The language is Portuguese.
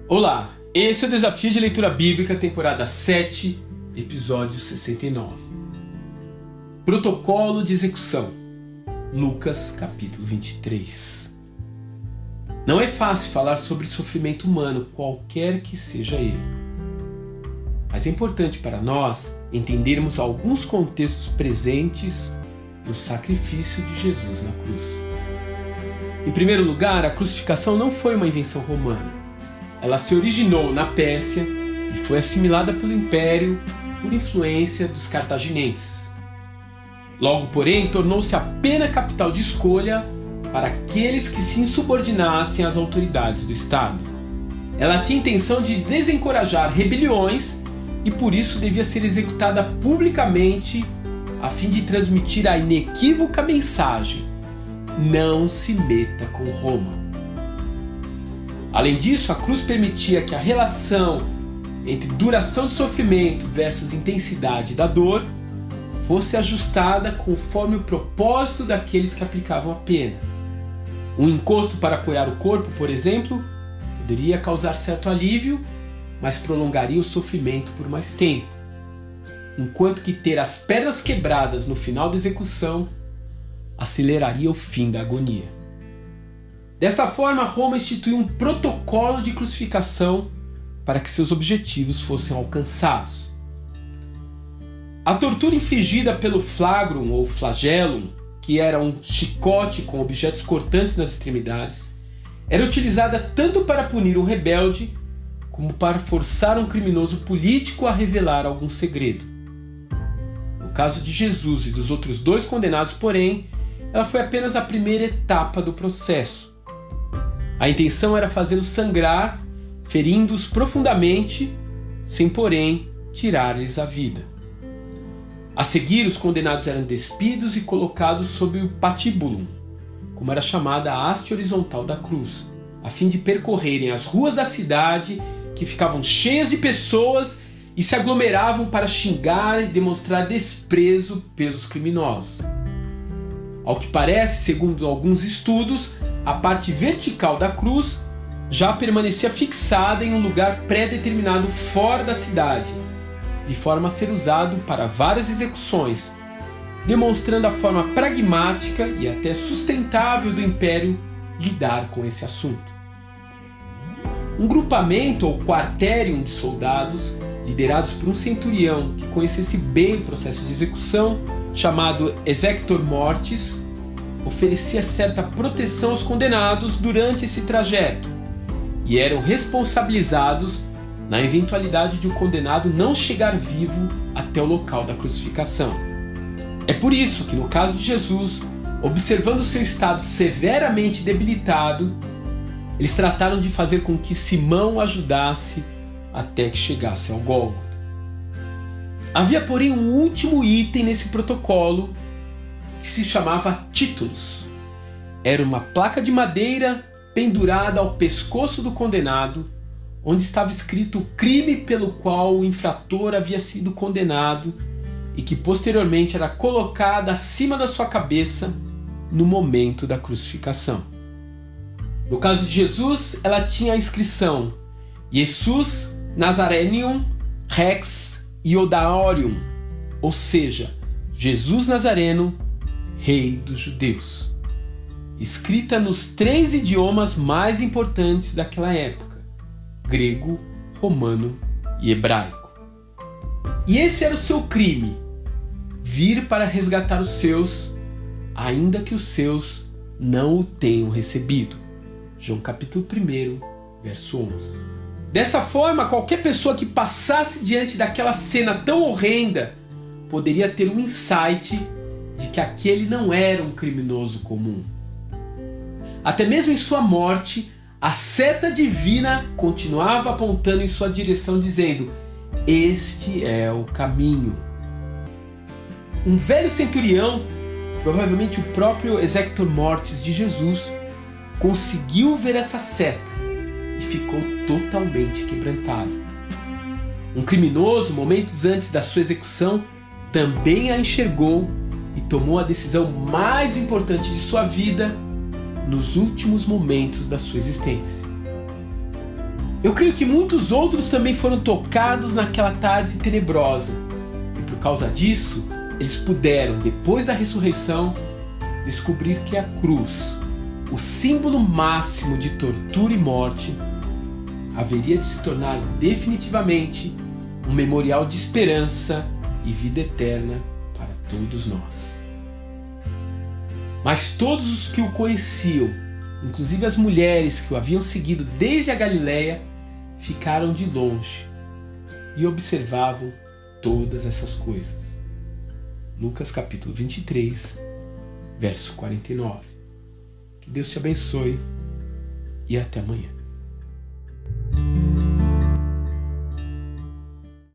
Olá, esse é o Desafio de Leitura Bíblica, temporada 7, episódio 69. Protocolo de execução. Lucas, capítulo 23. Não é fácil falar sobre sofrimento humano, qualquer que seja ele. Mas é importante para nós entendermos alguns contextos presentes no sacrifício de Jesus na cruz. Em primeiro lugar, a crucificação não foi uma invenção romana. Ela se originou na Pérsia e foi assimilada pelo Império por influência dos cartaginenses. Logo, porém, tornou-se a pena capital de escolha para aqueles que se insubordinassem às autoridades do Estado. Ela tinha a intenção de desencorajar rebeliões e por isso devia ser executada publicamente a fim de transmitir a inequívoca mensagem: não se meta com Roma. Além disso, a cruz permitia que a relação entre duração de sofrimento versus intensidade da dor fosse ajustada conforme o propósito daqueles que aplicavam a pena. Um encosto para apoiar o corpo, por exemplo, poderia causar certo alívio, mas prolongaria o sofrimento por mais tempo, enquanto que ter as pernas quebradas no final da execução aceleraria o fim da agonia. Desta forma, Roma instituiu um protocolo de crucificação para que seus objetivos fossem alcançados. A tortura infligida pelo flagrum ou flagellum, que era um chicote com objetos cortantes nas extremidades, era utilizada tanto para punir um rebelde como para forçar um criminoso político a revelar algum segredo. No caso de Jesus e dos outros dois condenados, porém, ela foi apenas a primeira etapa do processo. A intenção era fazê-los sangrar, ferindo-os profundamente, sem, porém, tirar-lhes a vida. A seguir, os condenados eram despidos e colocados sob o patibulum, como era chamada a haste horizontal da cruz, a fim de percorrerem as ruas da cidade, que ficavam cheias de pessoas e se aglomeravam para xingar e demonstrar desprezo pelos criminosos. Ao que parece, segundo alguns estudos, a parte vertical da cruz já permanecia fixada em um lugar pré-determinado fora da cidade, de forma a ser usado para várias execuções, demonstrando a forma pragmática e até sustentável do Império lidar com esse assunto. Um grupamento ou quarterium de soldados, liderados por um centurião que conhecesse bem o processo de execução, chamado executor mortis, oferecia certa proteção aos condenados durante esse trajeto e eram responsabilizados na eventualidade de o condenado não chegar vivo até o local da crucificação. É por isso que, no caso de Jesus, observando seu estado severamente debilitado, eles trataram de fazer com que Simão o ajudasse até que chegasse ao Gólgota. Havia, porém, um último item nesse protocolo que se chamava títulos. Era uma placa de madeira pendurada ao pescoço do condenado, onde estava escrito o crime pelo qual o infrator havia sido condenado e que posteriormente era colocada acima da sua cabeça no momento da crucificação. No caso de Jesus, ela tinha a inscrição Jesus Nazarenium Rex Iodaorium, ou seja, Jesus Nazareno, Rei dos Judeus, escrita nos 3 idiomas mais importantes daquela época: grego, romano e hebraico. E esse era o seu crime: vir para resgatar os seus, ainda que os seus não o tenham recebido. João capítulo 1, verso 11. Dessa forma, qualquer pessoa que passasse diante daquela cena tão horrenda poderia ter um insight de que aquele não era um criminoso comum. Até mesmo em sua morte, a seta divina continuava apontando em sua direção, dizendo: este é o caminho. Um velho centurião, provavelmente o próprio executor mortis de Jesus, conseguiu ver essa seta e ficou totalmente quebrantado. Um criminoso, momentos antes da sua execução, também a enxergou e tomou a decisão mais importante de sua vida nos últimos momentos da sua existência. Eu creio que muitos outros também foram tocados naquela tarde tenebrosa. E por causa disso, eles puderam, depois da ressurreição, descobrir que a cruz, o símbolo máximo de tortura e morte, haveria de se tornar definitivamente um memorial de esperança e vida eterna para todos nós. Mas todos os que o conheciam, inclusive as mulheres que o haviam seguido desde a Galileia, ficaram de longe e observavam todas essas coisas. Lucas capítulo 23, verso 49. Que Deus te abençoe e até amanhã.